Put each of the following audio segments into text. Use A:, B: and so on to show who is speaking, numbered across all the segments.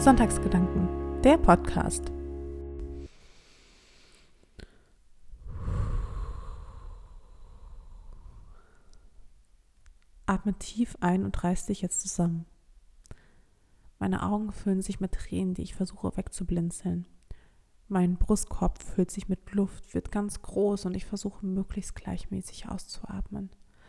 A: Sonntagsgedanken, der Podcast. Atme tief ein und reiß dich jetzt zusammen. Meine Augen füllen sich mit Tränen, die ich versuche wegzublinzeln. Mein Brustkorb füllt sich mit Luft, wird ganz groß und ich versuche möglichst gleichmäßig auszuatmen.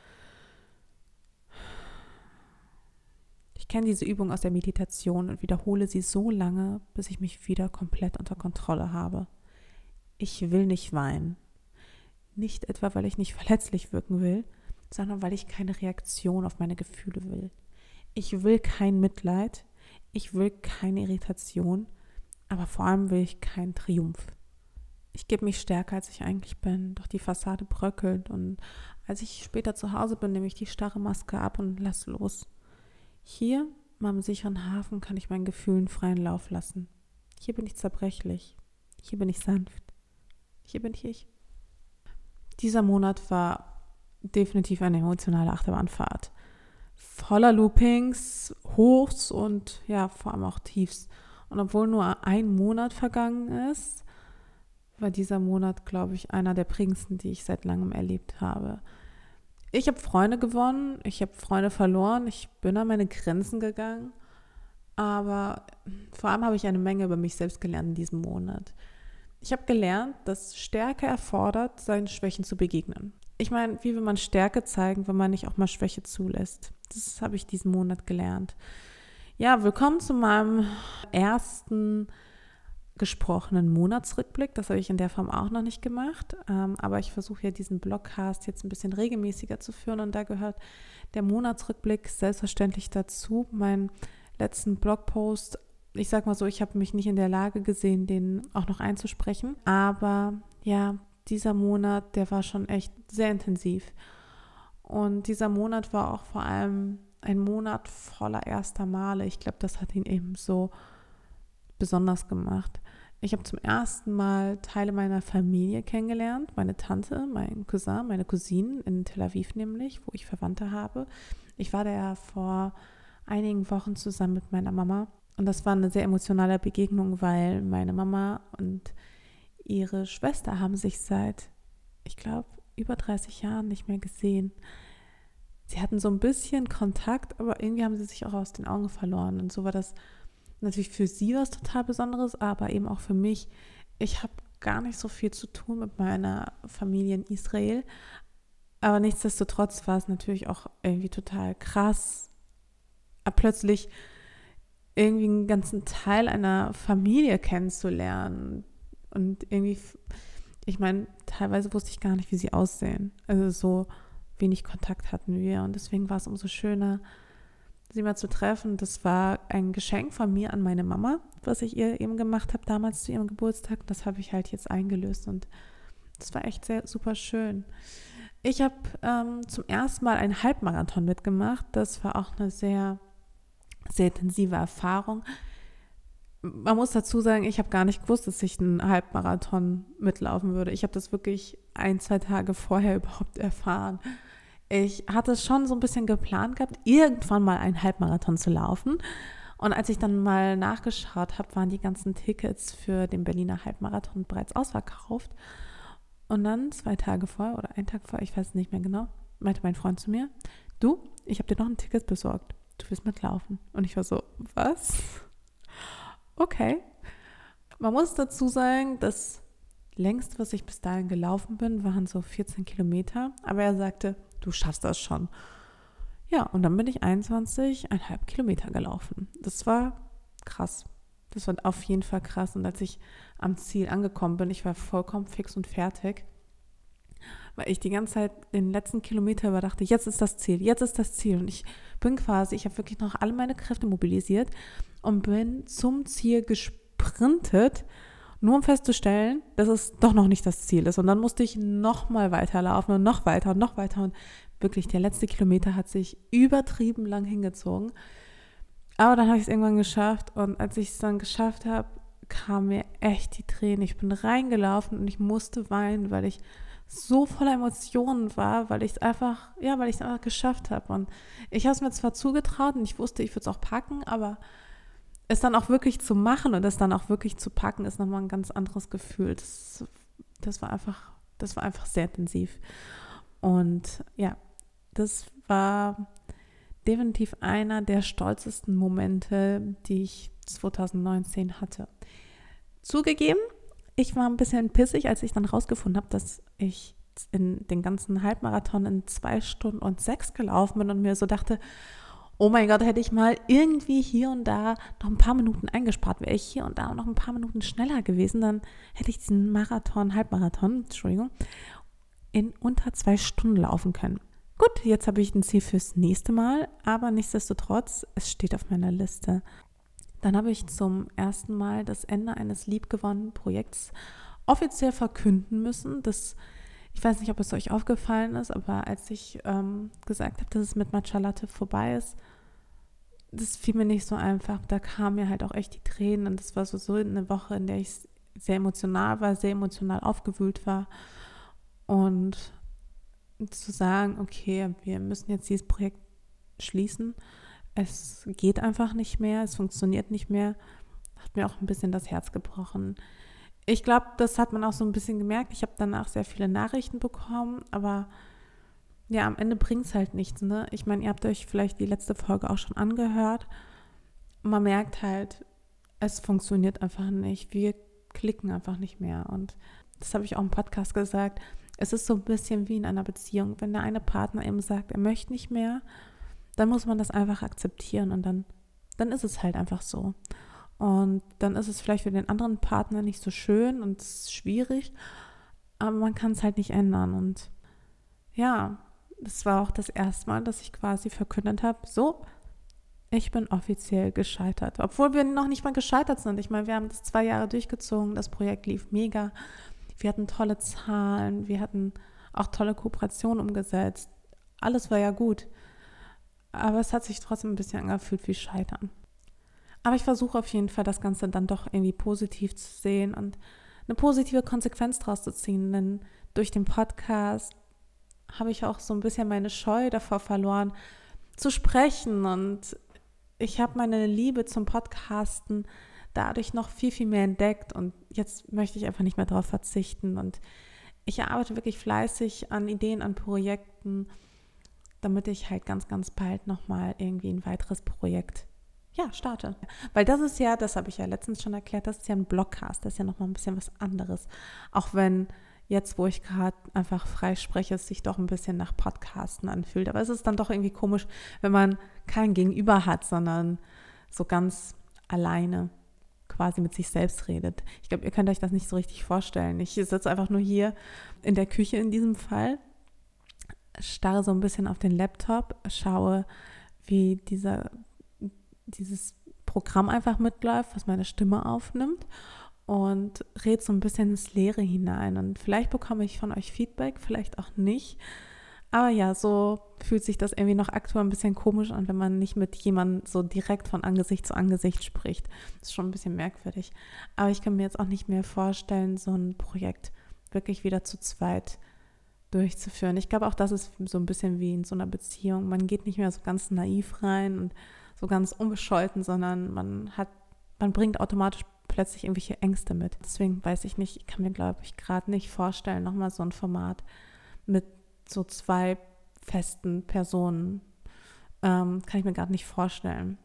A: Ich kenne diese Übung aus der Meditation und wiederhole sie so lange, bis ich mich wieder komplett unter Kontrolle habe. Ich will nicht weinen. Nicht etwa, weil ich nicht verletzlich wirken will, sondern weil ich keine Reaktion auf meine Gefühle will. Ich will kein Mitleid, ich will keine Irritation, aber vor allem will ich keinen Triumph. Ich gebe mich stärker, als ich eigentlich bin, doch die Fassade bröckelt und als ich später zu Hause bin, nehme ich die starre Maske ab und lass los. Hier, in meinem sicheren Hafen, kann ich meinen Gefühlen freien Lauf lassen. Hier bin ich zerbrechlich, hier bin ich sanft, hier bin ich. Dieser Monat war definitiv eine emotionale Achterbahnfahrt. Voller Loopings, Hochs und ja, vor allem auch Tiefs. Und obwohl nur ein Monat vergangen ist, war dieser Monat, glaube ich, einer der prägendsten, die ich seit langem erlebt habe. Ich habe Freunde gewonnen, ich habe Freunde verloren, ich bin an meine Grenzen gegangen, aber vor allem habe ich eine Menge über mich selbst gelernt in diesem Monat. Ich habe gelernt, dass Stärke erfordert, seinen Schwächen zu begegnen. Ich meine, wie will man Stärke zeigen, wenn man nicht auch mal Schwäche zulässt? Das habe ich diesen Monat gelernt. Ja, willkommen zu meinem ersten gesprochenen Monatsrückblick. Das habe ich in der Form auch noch nicht gemacht, aber ich versuche ja diesen Blogcast jetzt ein bisschen regelmäßiger zu führen und da gehört der Monatsrückblick selbstverständlich dazu. Meinen letzten Blogpost, ich sag mal so, ich habe mich nicht in der Lage gesehen, den auch noch einzusprechen, aber ja, dieser Monat, der war schon echt sehr intensiv und dieser Monat war auch vor allem ein Monat voller erster Male. Ich glaube, das hat ihn eben so besonders gemacht. Ich habe zum ersten Mal Teile meiner Familie kennengelernt, meine Tante, mein Cousin, meine Cousinen in Tel Aviv nämlich, wo ich Verwandte habe. Ich war da ja vor einigen Wochen zusammen mit meiner Mama und das war eine sehr emotionale Begegnung, weil meine Mama und ihre Schwester haben sich seit, ich glaube, über 30 Jahren nicht mehr gesehen. Sie hatten so ein bisschen Kontakt, aber irgendwie haben sie sich auch aus den Augen verloren und so war das natürlich für sie was total Besonderes, aber eben auch für mich. Ich habe gar nicht so viel zu tun mit meiner Familie in Israel, aber nichtsdestotrotz war es natürlich auch irgendwie total krass, plötzlich irgendwie einen ganzen Teil einer Familie kennenzulernen und irgendwie, ich meine, teilweise wusste ich gar nicht, wie sie aussehen, also so wenig Kontakt hatten wir und deswegen war es umso schöner, sie mal zu treffen. Das war ein Geschenk von mir an meine Mama, was ich ihr eben gemacht habe, damals zu ihrem Geburtstag. Das habe ich halt jetzt eingelöst und das war echt sehr super schön. Ich habe zum ersten Mal einen Halbmarathon mitgemacht. Das war auch eine sehr, sehr intensive Erfahrung. Man muss dazu sagen, ich habe gar nicht gewusst, dass ich einen Halbmarathon mitlaufen würde. Ich habe das wirklich 1-2 Tage vorher überhaupt erfahren. Ich hatte es schon so ein bisschen geplant gehabt, irgendwann mal einen Halbmarathon zu laufen. Und als ich dann mal nachgeschaut habe, waren die ganzen Tickets für den Berliner Halbmarathon bereits ausverkauft. Und dann 2 Tage vorher oder einen Tag vorher, ich weiß es nicht mehr genau, meinte mein Freund zu mir, du, ich habe dir noch ein Ticket besorgt, du wirst mitlaufen. Und ich war so, was? Okay. Man muss dazu sagen, das längste, was ich bis dahin gelaufen bin, waren so 14 Kilometer. Aber er sagte, du schaffst das schon. Ja, und dann bin ich 21,5 Kilometer gelaufen. Das war krass. Das war auf jeden Fall krass. Und als ich am Ziel angekommen bin, ich war vollkommen fix und fertig, weil ich die ganze Zeit den letzten Kilometer über dachte, jetzt ist das Ziel, jetzt ist das Ziel. Und ich habe wirklich noch alle meine Kräfte mobilisiert und bin zum Ziel gesprintet, nur um festzustellen, dass es doch noch nicht das Ziel ist. Und dann musste ich noch mal weiterlaufen und noch weiter und noch weiter. Und wirklich, der letzte Kilometer hat sich übertrieben lang hingezogen. Aber dann habe ich es irgendwann geschafft. Und als ich es dann geschafft habe, kamen mir echt die Tränen. Ich bin reingelaufen und ich musste weinen, weil ich so voller Emotionen war, weil ich es einfach geschafft habe. Und ich habe es mir zwar zugetraut und ich wusste, ich würde es auch packen, aber es dann auch wirklich zu machen und es dann auch wirklich zu packen, ist nochmal ein ganz anderes Gefühl. Das war einfach sehr intensiv. Und ja, das war definitiv einer der stolzesten Momente, die ich 2019 hatte. Zugegeben, ich war ein bisschen pissig, als ich dann rausgefunden habe, dass ich in den ganzen Halbmarathon in 2 Stunden und 6 gelaufen bin und mir so dachte, oh mein Gott, hätte ich mal irgendwie hier und da noch ein paar Minuten eingespart, wäre ich hier und da noch ein paar Minuten schneller gewesen, dann hätte ich diesen Halbmarathon, in unter 2 Stunden laufen können. Gut, jetzt habe ich ein Ziel fürs nächste Mal, aber nichtsdestotrotz, es steht auf meiner Liste. Dann habe ich zum ersten Mal das Ende eines liebgewonnenen Projekts offiziell verkünden müssen. Ich weiß nicht, ob es euch aufgefallen ist, aber als ich gesagt habe, dass es mit Matcha Latte vorbei ist, das fiel mir nicht so einfach. Da kamen mir halt auch echt die Tränen und das war so eine Woche, in der ich sehr emotional war, sehr emotional aufgewühlt war. Und zu sagen, okay, wir müssen jetzt dieses Projekt schließen, es geht einfach nicht mehr, es funktioniert nicht mehr, hat mir auch ein bisschen das Herz gebrochen. Ich glaube, das hat man auch so ein bisschen gemerkt. Ich habe danach sehr viele Nachrichten bekommen, aber ja, am Ende bringt es halt nichts. Ne? Ich meine, ihr habt euch vielleicht die letzte Folge auch schon angehört. Man merkt halt, es funktioniert einfach nicht. Wir klicken einfach nicht mehr. Und das habe ich auch im Podcast gesagt. Es ist so ein bisschen wie in einer Beziehung. Wenn der eine Partner eben sagt, er möchte nicht mehr, dann muss man das einfach akzeptieren und dann ist es halt einfach so. Und dann ist es vielleicht für den anderen Partner nicht so schön und es ist schwierig, aber man kann es halt nicht ändern. Und ja, das war auch das erste Mal, dass ich quasi verkündet habe, so, ich bin offiziell gescheitert. Obwohl wir noch nicht mal gescheitert sind. Ich meine, wir haben das 2 Jahre durchgezogen, das Projekt lief mega. Wir hatten tolle Zahlen, wir hatten auch tolle Kooperationen umgesetzt. Alles war ja gut. Aber es hat sich trotzdem ein bisschen angefühlt wie Scheitern. Aber ich versuche auf jeden Fall, das Ganze dann doch irgendwie positiv zu sehen und eine positive Konsequenz draus zu ziehen. Denn durch den Podcast habe ich auch so ein bisschen meine Scheu davor verloren, zu sprechen. Und ich habe meine Liebe zum Podcasten dadurch noch viel, viel mehr entdeckt. Und jetzt möchte ich einfach nicht mehr darauf verzichten. Und ich arbeite wirklich fleißig an Ideen, an Projekten, damit ich halt ganz, ganz bald nochmal irgendwie ein weiteres Projekt starte. Weil das ist ja, das habe ich ja letztens schon erklärt, das ist ja ein Blogcast, das ist ja nochmal ein bisschen was anderes. Auch wenn jetzt, wo ich gerade einfach frei spreche, es sich doch ein bisschen nach Podcasten anfühlt. Aber es ist dann doch irgendwie komisch, wenn man kein Gegenüber hat, sondern so ganz alleine quasi mit sich selbst redet. Ich glaube, ihr könnt euch das nicht so richtig vorstellen. Ich sitze einfach nur hier in der Küche in diesem Fall, starre so ein bisschen auf den Laptop, schaue, wie dieses Programm einfach mitläuft, was meine Stimme aufnimmt und rede so ein bisschen ins Leere hinein. Und vielleicht bekomme ich von euch Feedback, vielleicht auch nicht. Aber ja, so fühlt sich das irgendwie noch aktuell ein bisschen komisch an, wenn man nicht mit jemandem so direkt von Angesicht zu Angesicht spricht. Das ist schon ein bisschen merkwürdig. Aber ich kann mir jetzt auch nicht mehr vorstellen, so ein Projekt wirklich wieder zu zweit durchzuführen. Ich glaube auch, das ist so ein bisschen wie in so einer Beziehung. Man geht nicht mehr so ganz naiv rein und so ganz unbescholten, sondern man bringt automatisch plötzlich irgendwelche Ängste mit. Deswegen weiß ich nicht, ich kann mir, glaube ich, gerade nicht vorstellen, nochmal so ein Format mit so 2 festen Personen. Kann ich mir gerade nicht vorstellen.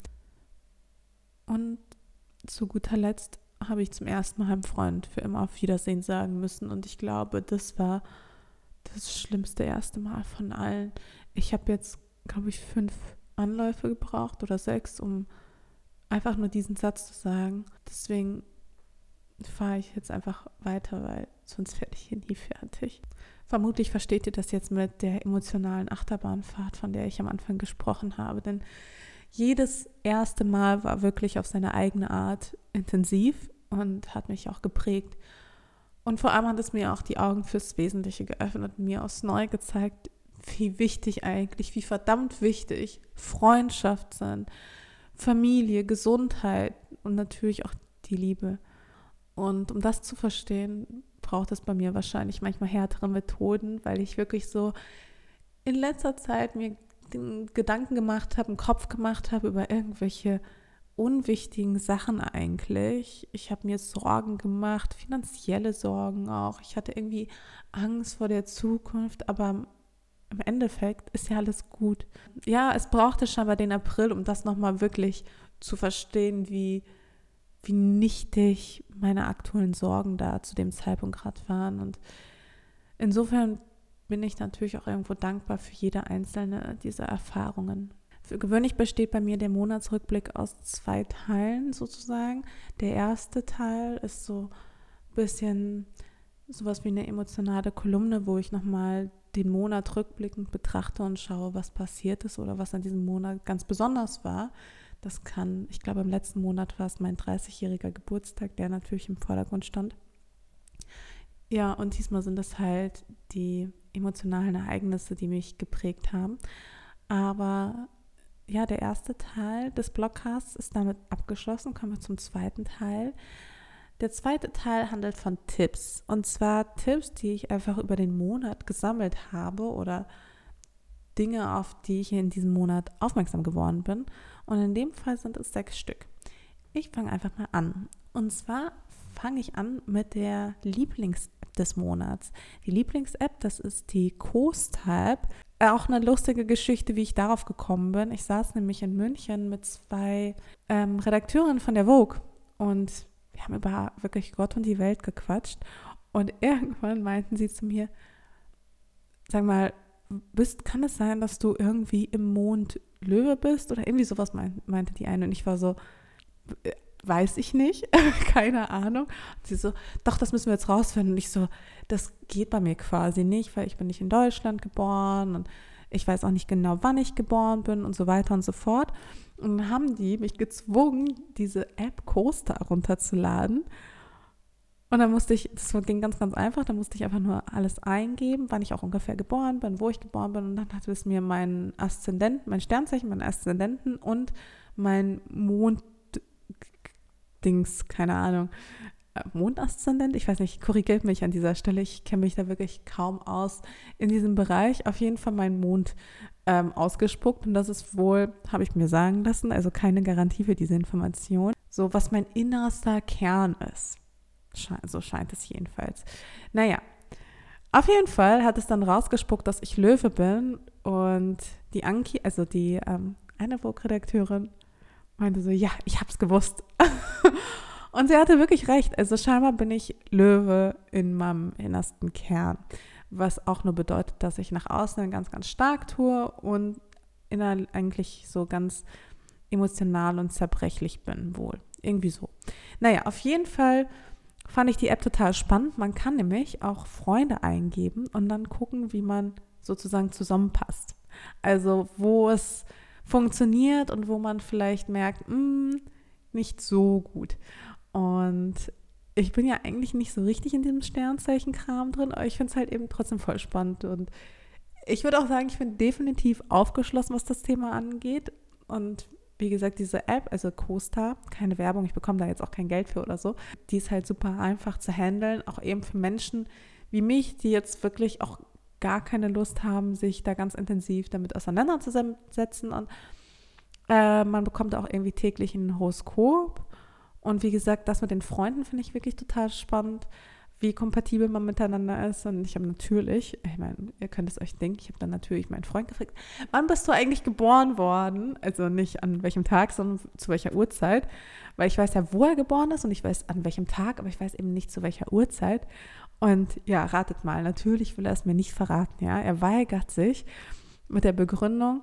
A: Und zu guter Letzt habe ich zum ersten Mal einem Freund für immer auf Wiedersehen sagen müssen. Und ich glaube, das war das schlimmste erste Mal von allen. Ich habe jetzt, glaube ich, 5 Anläufe gebraucht oder 6, um einfach nur diesen Satz zu sagen. Deswegen fahre ich jetzt einfach weiter, weil sonst werde ich hier nie fertig. Vermutlich versteht ihr das jetzt mit der emotionalen Achterbahnfahrt, von der ich am Anfang gesprochen habe, denn jedes erste Mal war wirklich auf seine eigene Art intensiv und hat mich auch geprägt. Und vor allem hat es mir auch die Augen fürs Wesentliche geöffnet und mir aufs Neue gezeigt, wie wichtig eigentlich, wie verdammt wichtig Freundschaft sind, Familie, Gesundheit und natürlich auch die Liebe. Und um das zu verstehen, braucht es bei mir wahrscheinlich manchmal härtere Methoden, weil ich wirklich so in letzter Zeit mir den Gedanken gemacht habe, einen Kopf gemacht habe über irgendwelche unwichtigen Sachen eigentlich. Ich habe mir Sorgen gemacht, finanzielle Sorgen auch. Ich hatte irgendwie Angst vor der Zukunft, aber im Endeffekt ist ja alles gut. Ja, es brauchte scheinbar den April, um das nochmal wirklich zu verstehen, wie nichtig meine aktuellen Sorgen da zu dem Zeitpunkt gerade waren. Und insofern bin ich natürlich auch irgendwo dankbar für jede einzelne dieser Erfahrungen. Für gewöhnlich besteht bei mir der Monatsrückblick aus 2 Teilen sozusagen. Der erste Teil ist so ein bisschen sowas wie eine emotionale Kolumne, wo ich nochmal den Monat rückblickend betrachte und schaue, was passiert ist oder was an diesem Monat ganz besonders war. Das kann, ich glaube, im letzten Monat war es mein 30-jähriger Geburtstag, der natürlich im Vordergrund stand. Ja, und diesmal sind es halt die emotionalen Ereignisse, die mich geprägt haben. Aber ja, der erste Teil des Blogcasts ist damit abgeschlossen. Kommen wir zum zweiten Teil. Der zweite Teil handelt von Tipps. Und zwar Tipps, die ich einfach über den Monat gesammelt habe oder Dinge, auf die ich in diesem Monat aufmerksam geworden bin. Und in dem Fall sind es 6 Stück. Ich fange einfach mal an. Und zwar fange ich an mit der Lieblings-App des Monats. Die Lieblings-App, das ist die Coast-App. Auch eine lustige Geschichte, wie ich darauf gekommen bin. Ich saß nämlich in München mit 2 Redakteurinnen von der Vogue und wir haben über wirklich Gott und die Welt gequatscht. Und irgendwann meinten sie zu mir, sag mal, kann es sein, dass du irgendwie im Mond Löwe bist? Oder irgendwie sowas meinte die eine. Und ich war so, weiß ich nicht, keine Ahnung. Und sie so, doch, das müssen wir jetzt rausfinden. Und ich so, das geht bei mir quasi nicht, weil ich bin nicht in Deutschland geboren und ich weiß auch nicht genau, wann ich geboren bin und so weiter und so fort. Und dann haben die mich gezwungen, diese App Coaster runterzuladen. Und dann das ging ganz, ganz einfach, da musste ich einfach nur alles eingeben, wann ich auch ungefähr geboren bin, wo ich geboren bin. Und dann hatte es mir mein Aszendenten, mein Sternzeichen, meinen Aszendenten und mein Monddings, keine Ahnung, Mondaszendent, ich weiß nicht, korrigiert mich an dieser Stelle, ich kenne mich da wirklich kaum aus in diesem Bereich. Auf jeden Fall mein Mond ausgespuckt und das ist wohl, habe ich mir sagen lassen, also keine Garantie für diese Information, so was mein innerster Kern ist. So scheint es jedenfalls. Naja, auf jeden Fall hat es dann rausgespuckt, dass ich Löwe bin und die Anki, also die eine Vogue-Redakteurin, meinte so, ja, ich hab's gewusst. Und sie hatte wirklich recht. Also scheinbar bin ich Löwe in meinem innersten Kern, was auch nur bedeutet, dass ich nach außen ganz, ganz stark tue und innerlich eigentlich so ganz emotional und zerbrechlich bin wohl. Irgendwie so. Naja, auf jeden Fall fand ich die App total spannend. Man kann nämlich auch Freunde eingeben und dann gucken, wie man sozusagen zusammenpasst. Also wo es funktioniert und wo man vielleicht merkt, nicht so gut. Und ich bin ja eigentlich nicht so richtig in diesem Sternzeichen-Kram drin, aber ich finde es halt eben trotzdem voll spannend. Und ich würde auch sagen, ich bin definitiv aufgeschlossen, was das Thema angeht. Und wie gesagt, diese App, also Coaster, keine Werbung, ich bekomme da jetzt auch kein Geld für oder so, die ist halt super einfach zu handeln, auch eben für Menschen wie mich, die jetzt wirklich auch gar keine Lust haben, sich da ganz intensiv damit auseinanderzusetzen. Und man bekommt auch irgendwie täglich ein Horoskop. Und wie gesagt, das mit den Freunden finde ich wirklich total spannend, wie kompatibel man miteinander ist. Und ich habe natürlich, ich meine, ihr könnt es euch denken, ich habe dann natürlich meinen Freund gefragt, wann bist du eigentlich geboren worden? Also nicht an welchem Tag, sondern zu welcher Uhrzeit. Weil ich weiß ja, wo er geboren ist und ich weiß an welchem Tag, aber ich weiß eben nicht zu welcher Uhrzeit. Und ja, ratet mal, natürlich will er es mir nicht verraten. Ja, er weigert sich mit der Begründung,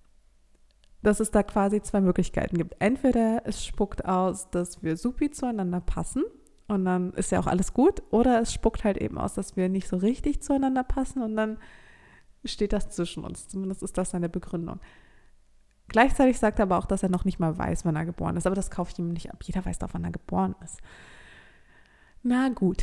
A: dass es da quasi 2 Möglichkeiten gibt. Entweder es spuckt aus, dass wir supi zueinander passen und dann ist ja auch alles gut, oder es spuckt halt eben aus, dass wir nicht so richtig zueinander passen und dann steht das zwischen uns. Zumindest ist das seine Begründung. Gleichzeitig sagt er aber auch, dass er noch nicht mal weiß, wann er geboren ist. Aber das kaufe ich ihm nicht ab. Jeder weiß doch, wann er geboren ist. Na gut.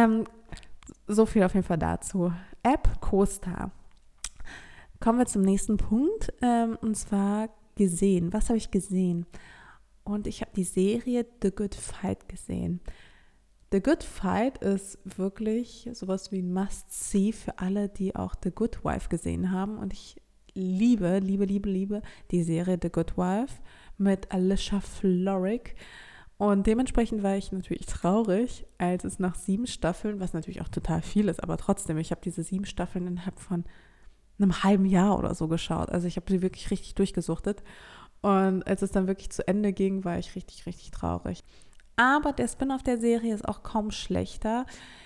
A: So viel auf jeden Fall dazu. App Coaster. Kommen wir zum nächsten Punkt. Und zwar gesehen. Was habe ich gesehen? Und ich habe die Serie The Good Fight gesehen. The Good Fight ist wirklich sowas wie ein Must-See für alle, die auch The Good Wife gesehen haben. Und ich liebe die Serie The Good Wife mit Alicia Florrick. Und dementsprechend war ich natürlich traurig, als es nach 7 Staffeln, was natürlich auch total viel ist, aber trotzdem, ich habe diese 7 Staffeln innerhalb von einem halben Jahr oder so geschaut. Also ich habe sie wirklich richtig durchgesuchtet. Und als es dann wirklich zu Ende ging, war ich richtig, richtig traurig. Aber der Spin-off der Serie ist auch kaum schlechter.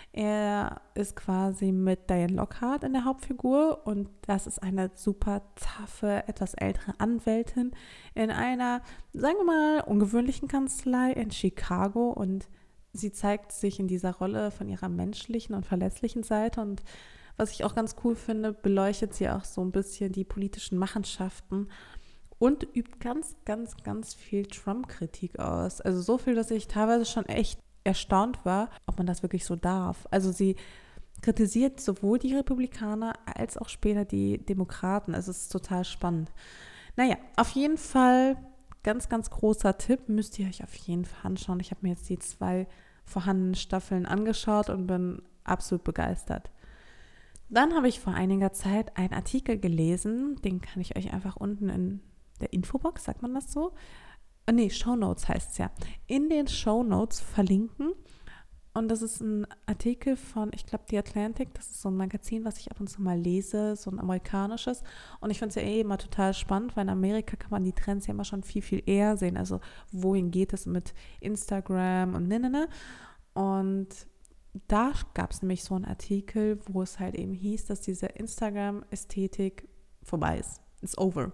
A: Er ist quasi mit Diane Lockhart in der Hauptfigur und das ist eine super taffe, etwas ältere Anwältin in einer, sagen wir mal, ungewöhnlichen Kanzlei in Chicago und sie zeigt sich in dieser Rolle von ihrer menschlichen und verletzlichen Seite und was ich auch ganz cool finde, beleuchtet sie auch so ein bisschen die politischen Machenschaften und übt ganz, ganz, ganz viel Trump-Kritik aus. Also so viel, dass ich teilweise schon echt erstaunt war, ob man das wirklich so darf. Also sie kritisiert sowohl die Republikaner als auch später die Demokraten. Also es ist total spannend. Naja, auf jeden Fall ganz, ganz großer Tipp. Müsst ihr euch auf jeden Fall anschauen. Ich habe mir jetzt die 2 vorhandenen Staffeln angeschaut und bin absolut begeistert. Dann habe ich vor einiger Zeit einen Artikel gelesen, den kann ich euch einfach unten in der Infobox, sagt man das so? Nee, Shownotes heißt es ja. In den Shownotes verlinken. Und das ist ein Artikel von, ich glaube, The Atlantic. Das ist so ein Magazin, was ich ab und zu mal lese, so ein amerikanisches. Und ich finde es ja immer total spannend, weil in Amerika kann man die Trends ja immer schon viel, viel eher sehen. Also wohin geht es mit Instagram und ne. Und da gab es nämlich so einen Artikel, wo es halt eben hieß, dass diese Instagram-Ästhetik vorbei ist. It's over.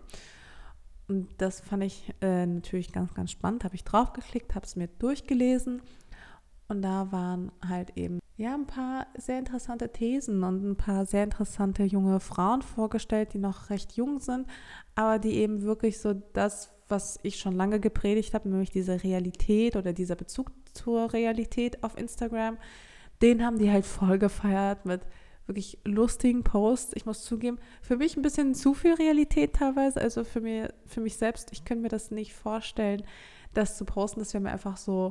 A: Und das fand ich natürlich ganz, ganz spannend. Habe ich draufgeklickt, habe es mir durchgelesen und da waren halt eben ein paar sehr interessante Thesen und ein paar sehr interessante junge Frauen vorgestellt, die noch recht jung sind, aber die eben wirklich so das, was ich schon lange gepredigt habe, nämlich diese Realität oder dieser Bezug zur Realität auf Instagram, den haben die halt voll gefeiert mit wirklich lustigen Posts. Ich muss zugeben, für mich ein bisschen zu viel Realität teilweise. Also für mich selbst, ich könnte mir das nicht vorstellen, das zu posten. Das wäre mir einfach so,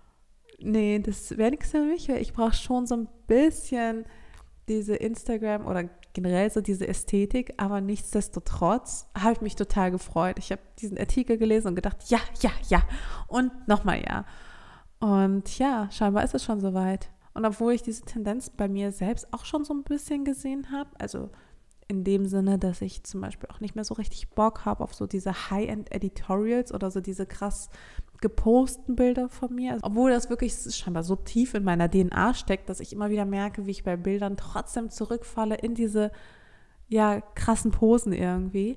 A: nee, das wäre nichts für mich. Ich brauche schon so ein bisschen diese Instagram oder generell so diese Ästhetik, aber nichtsdestotrotz habe ich mich total gefreut. Ich habe diesen Artikel gelesen und gedacht, ja und nochmal ja. Und ja, scheinbar ist es schon soweit. Und obwohl ich diese Tendenz bei mir selbst auch schon so ein bisschen gesehen habe, also in dem Sinne, dass ich zum Beispiel auch nicht mehr so richtig Bock habe auf so diese High-End-Editorials oder so diese krass geposten Bilder von mir. Also, obwohl das wirklich scheinbar so tief in meiner DNA steckt, dass ich immer wieder merke, wie ich bei Bildern trotzdem zurückfalle in diese krassen Posen irgendwie.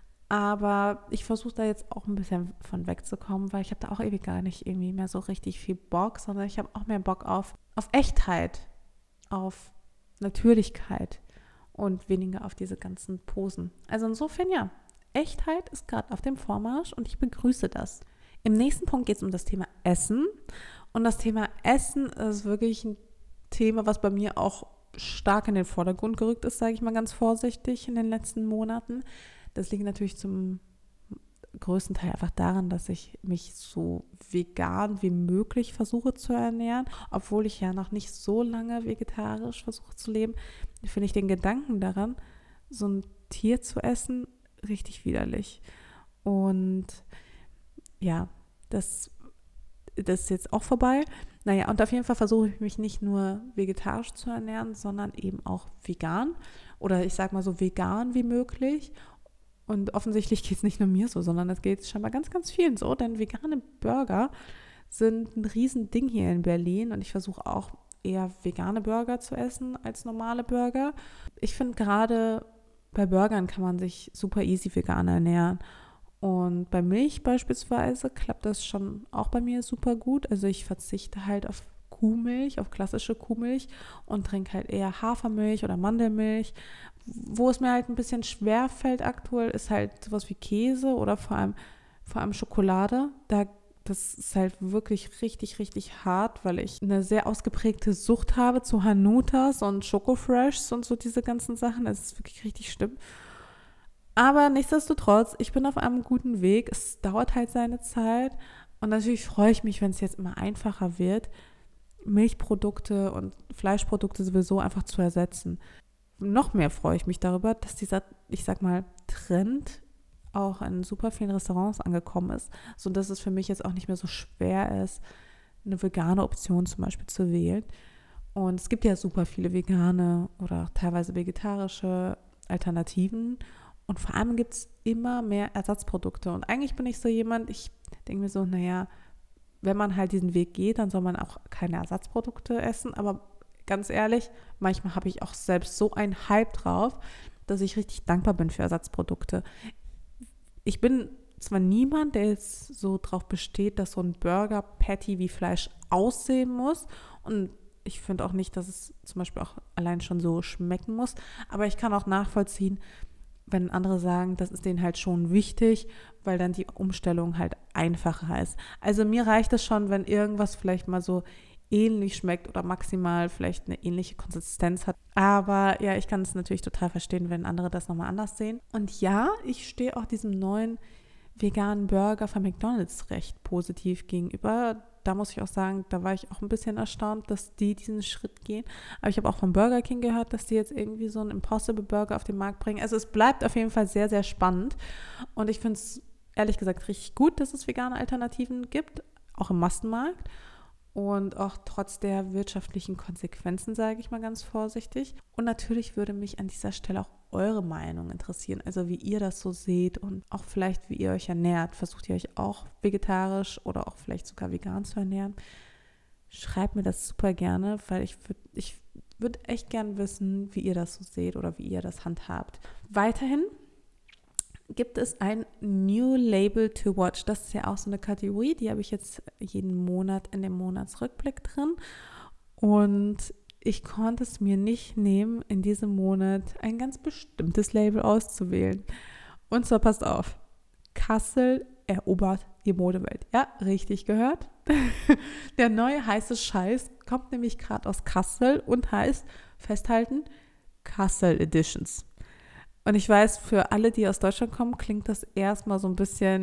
A: Aber ich versuche da jetzt auch ein bisschen von wegzukommen, weil ich habe da auch irgendwie gar nicht irgendwie mehr so richtig viel Bock, sondern ich habe auch mehr Bock auf Echtheit, auf Natürlichkeit und weniger auf diese ganzen Posen. Also insofern Echtheit ist gerade auf dem Vormarsch und ich begrüße das. Im nächsten Punkt geht es um das Thema Essen und das Thema Essen ist wirklich ein Thema, was bei mir auch stark in den Vordergrund gerückt ist, sage ich mal ganz vorsichtig in den letzten Monaten. Das liegt natürlich zum größten Teil einfach daran, dass ich mich so vegan wie möglich versuche zu ernähren. Obwohl ich ja noch nicht so lange vegetarisch versuche zu leben, finde ich den Gedanken daran, so ein Tier zu essen, richtig widerlich. Und das ist jetzt auch vorbei. Naja, und auf jeden Fall versuche ich mich nicht nur vegetarisch zu ernähren, sondern eben auch vegan. Oder ich sage mal so vegan wie möglich. Und offensichtlich geht es nicht nur mir so, sondern es geht scheinbar ganz, ganz vielen so, denn vegane Burger sind ein Riesending hier in Berlin und ich versuche auch eher vegane Burger zu essen als normale Burger. Ich finde gerade bei Burgern kann man sich super easy vegan ernähren und bei Milch beispielsweise klappt das schon auch bei mir super gut. Also ich verzichte halt auf Kuhmilch, auf klassische Kuhmilch und trinke halt eher Hafermilch oder Mandelmilch. Wo es mir halt ein bisschen schwer fällt aktuell, ist halt sowas wie Käse oder vor allem Schokolade. Das ist halt wirklich richtig, richtig hart, weil ich eine sehr ausgeprägte Sucht habe zu Hanutas und Schokofreshs und so diese ganzen Sachen. Das ist wirklich richtig schlimm. Aber nichtsdestotrotz, ich bin auf einem guten Weg. Es dauert halt seine Zeit. Und natürlich freue ich mich, wenn es jetzt immer einfacher wird, Milchprodukte und Fleischprodukte sowieso einfach zu ersetzen. Noch mehr freue ich mich darüber, dass dieser, ich sag mal, Trend auch in super vielen Restaurants angekommen ist, sodass es für mich jetzt auch nicht mehr so schwer ist, eine vegane Option zum Beispiel zu wählen. Und es gibt ja super viele vegane oder auch teilweise vegetarische Alternativen. Und vor allem gibt es immer mehr Ersatzprodukte. Und eigentlich bin ich so jemand, ich denke mir so, naja, wenn man halt diesen Weg geht, dann soll man auch keine Ersatzprodukte essen. Aber ganz ehrlich, manchmal habe ich auch selbst so einen Hype drauf, dass ich richtig dankbar bin für Ersatzprodukte. Ich bin zwar niemand, der jetzt so drauf besteht, dass so ein Burger-Patty wie Fleisch aussehen muss, und ich finde auch nicht, dass es zum Beispiel auch allein schon so schmecken muss, aber ich kann auch nachvollziehen, wenn andere sagen, das ist denen halt schon wichtig, weil dann die Umstellung halt einfacher ist. Also mir reicht es schon, wenn irgendwas vielleicht mal so ähnlich schmeckt oder maximal vielleicht eine ähnliche Konsistenz hat. Aber ja, ich kann es natürlich total verstehen, wenn andere das nochmal anders sehen. Und ja, ich stehe auch diesem neuen veganen Burger von McDonald's recht positiv gegenüber. Da muss ich auch sagen, da war ich auch ein bisschen erstaunt, dass die diesen Schritt gehen. Aber ich habe auch von Burger King gehört, dass die jetzt irgendwie so einen Impossible Burger auf den Markt bringen. Also es bleibt auf jeden Fall sehr, sehr spannend. Und ich finde es ehrlich gesagt richtig gut, dass es vegane Alternativen gibt, auch im Massenmarkt. Und auch trotz der wirtschaftlichen Konsequenzen, sage ich mal ganz vorsichtig. Und natürlich würde mich an dieser Stelle auch eure Meinung interessieren, also wie ihr das so seht und auch vielleicht, wie ihr euch ernährt. Versucht ihr euch auch vegetarisch oder auch vielleicht sogar vegan zu ernähren? Schreibt mir das super gerne, weil ich würd echt gern wissen, wie ihr das so seht oder wie ihr das handhabt. Weiterhin gibt es ein New Label to Watch. Das ist ja auch so eine Kategorie, die habe ich jetzt jeden Monat in dem Monatsrückblick drin. Und ich konnte es mir nicht nehmen, in diesem Monat ein ganz bestimmtes Label auszuwählen. Und zwar passt auf, Kassel erobert die Modewelt. Ja, richtig gehört. Der neue heiße Scheiß kommt nämlich gerade aus Kassel und heißt, festhalten, Kassel Editions. Und ich weiß, für alle, die aus Deutschland kommen, klingt das erstmal so ein bisschen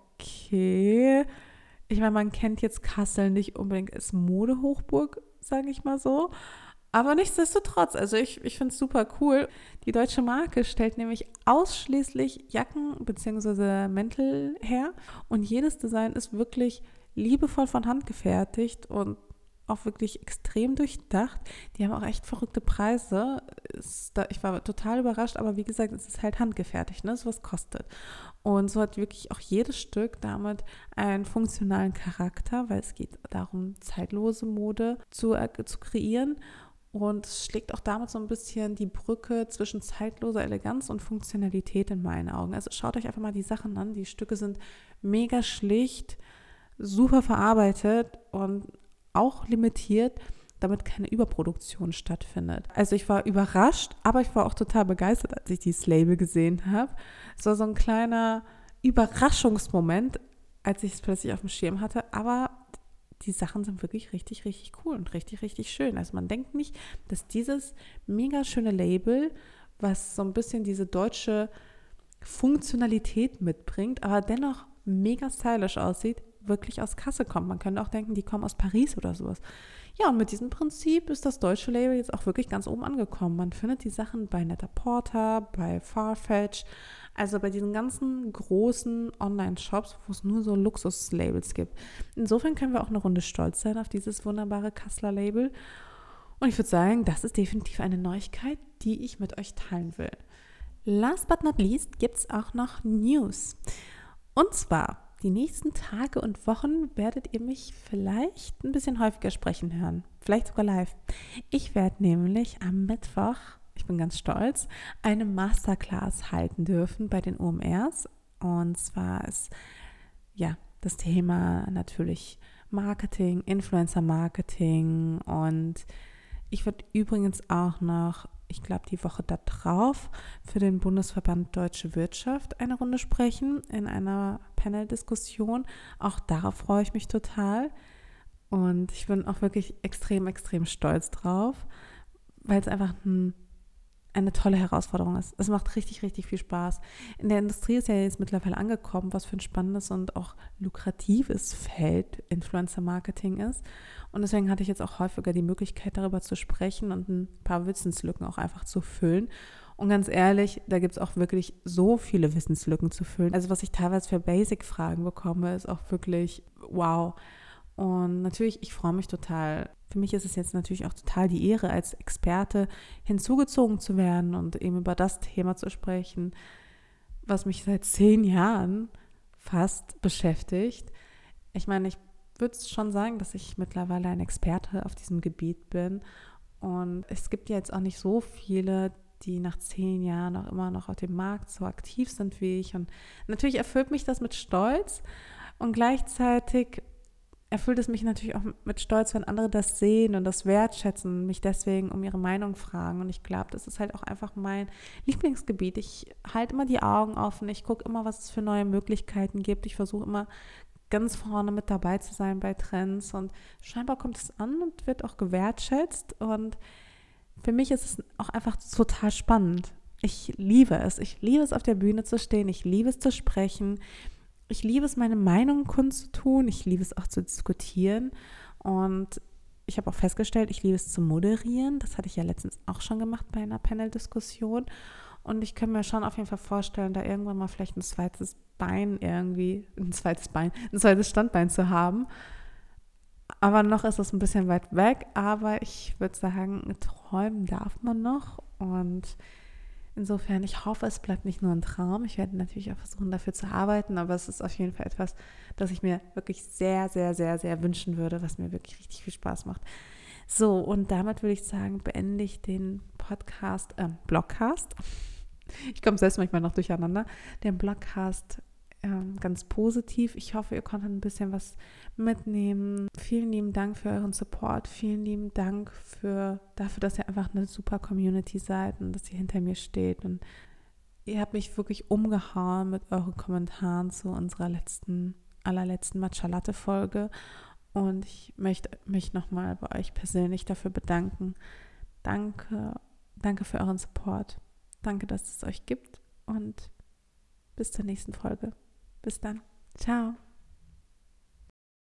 A: okay. Ich meine, man kennt jetzt Kassel nicht unbedingt als Modehochburg, sage ich mal so. Aber nichtsdestotrotz, also ich finde es super cool. Die deutsche Marke stellt nämlich ausschließlich Jacken bzw. Mäntel her. Und jedes Design ist wirklich liebevoll von Hand gefertigt und auch wirklich extrem durchdacht. Die haben auch echt verrückte Preise. Ich war total überrascht, aber wie gesagt, es ist halt handgefertigt, ne? So was kostet. Und so hat wirklich auch jedes Stück damit einen funktionalen Charakter, weil es geht darum, zeitlose Mode zu kreieren. Und es schlägt auch damit so ein bisschen die Brücke zwischen zeitloser Eleganz und Funktionalität in meinen Augen. Also schaut euch einfach mal die Sachen an. Die Stücke sind mega schlicht, super verarbeitet und auch limitiert, damit keine Überproduktion stattfindet. Also ich war überrascht, aber ich war auch total begeistert, als ich dieses Label gesehen habe. Es war so ein kleiner Überraschungsmoment, als ich es plötzlich auf dem Schirm hatte, aber die Sachen sind wirklich richtig, richtig cool und richtig, richtig schön. Also man denkt nicht, dass dieses mega schöne Label, was so ein bisschen diese deutsche Funktionalität mitbringt, aber dennoch mega stylisch aussieht, wirklich aus Kassel kommt. Man könnte auch denken, die kommen aus Paris oder sowas. Ja, und mit diesem Prinzip ist das deutsche Label jetzt auch wirklich ganz oben angekommen. Man findet die Sachen bei Net-a-Porter, bei Farfetch, also bei diesen ganzen großen Online-Shops, wo es nur so Luxus-Labels gibt. Insofern können wir auch eine Runde stolz sein auf dieses wunderbare Kasseler Label. Und ich würde sagen, das ist definitiv eine Neuigkeit, die ich mit euch teilen will. Last but not least gibt es auch noch News. Und zwar, die nächsten Tage und Wochen werdet ihr mich vielleicht ein bisschen häufiger sprechen hören. Vielleicht sogar live. Ich werde nämlich am Mittwoch, ich bin ganz stolz, eine Masterclass halten dürfen bei den OMRs. Und zwar ist ja das Thema natürlich Marketing, Influencer-Marketing. Und ich werde übrigens auch noch, ich glaube, die Woche darauf für den Bundesverband Deutsche Wirtschaft eine Runde sprechen in einer Panel-Diskussion. Auch darauf freue ich mich total. Und ich bin auch wirklich extrem, extrem stolz drauf, weil es einfach eine tolle Herausforderung ist. Es macht richtig, richtig viel Spaß. In der Industrie ist ja jetzt mittlerweile angekommen, was für ein spannendes und auch lukratives Feld Influencer-Marketing ist. Und deswegen hatte ich jetzt auch häufiger die Möglichkeit, darüber zu sprechen und ein paar Wissenslücken auch einfach zu füllen. Und ganz ehrlich, da gibt es auch wirklich so viele Wissenslücken zu füllen. Also was ich teilweise für Basic-Fragen bekomme, ist auch wirklich wow. Und natürlich, ich freue mich total. Für mich ist es jetzt natürlich auch total die Ehre, als Experte hinzugezogen zu werden und eben über das Thema zu sprechen, was mich seit 10 Jahren fast beschäftigt. Ich meine, ich würde schon sagen, dass ich mittlerweile ein Experte auf diesem Gebiet bin. Und es gibt ja jetzt auch nicht so viele, die nach 10 Jahren auch immer noch auf dem Markt so aktiv sind wie ich. Und natürlich erfüllt mich das mit Stolz und gleichzeitig erfüllt es mich natürlich auch mit Stolz, wenn andere das sehen und das wertschätzen und mich deswegen um ihre Meinung fragen. Und ich glaube, das ist halt auch einfach mein Lieblingsgebiet. Ich halte immer die Augen offen, ich gucke immer, was es für neue Möglichkeiten gibt. Ich versuche immer ganz vorne mit dabei zu sein bei Trends und scheinbar kommt es an und wird auch gewertschätzt. Und für mich ist es auch einfach total spannend. Ich liebe es. Ich liebe es, auf der Bühne zu stehen. Ich liebe es zu sprechen. Ich liebe es, meine Meinung kundzutun. Ich liebe es auch zu diskutieren. Und ich habe auch festgestellt, ich liebe es zu moderieren. Das hatte ich ja letztens auch schon gemacht bei einer Panel-Diskussion. Und ich kann mir schon auf jeden Fall vorstellen, da irgendwann mal vielleicht ein zweites Standbein zu haben. Aber noch ist es ein bisschen weit weg. Aber ich würde sagen, träumen darf man noch. Und insofern, ich hoffe, es bleibt nicht nur ein Traum. Ich werde natürlich auch versuchen, dafür zu arbeiten, aber es ist auf jeden Fall etwas, das ich mir wirklich sehr, sehr, sehr, sehr wünschen würde, was mir wirklich richtig viel Spaß macht. So, und damit würde ich sagen, beende ich den Blogcast. Ich komme selbst manchmal noch durcheinander. Den Blogcast ganz positiv. Ich hoffe, ihr konntet ein bisschen was mitnehmen. Vielen lieben Dank für euren Support. Vielen lieben Dank dafür, dass ihr einfach eine super Community seid und dass ihr hinter mir steht. Und ihr habt mich wirklich umgehauen mit euren Kommentaren zu unserer allerletzten Matcha-Latte-Folge. Und ich möchte mich nochmal bei euch persönlich dafür bedanken. Danke für euren Support. Danke, dass es euch gibt. Und bis zur nächsten Folge. Bis dann. Ciao.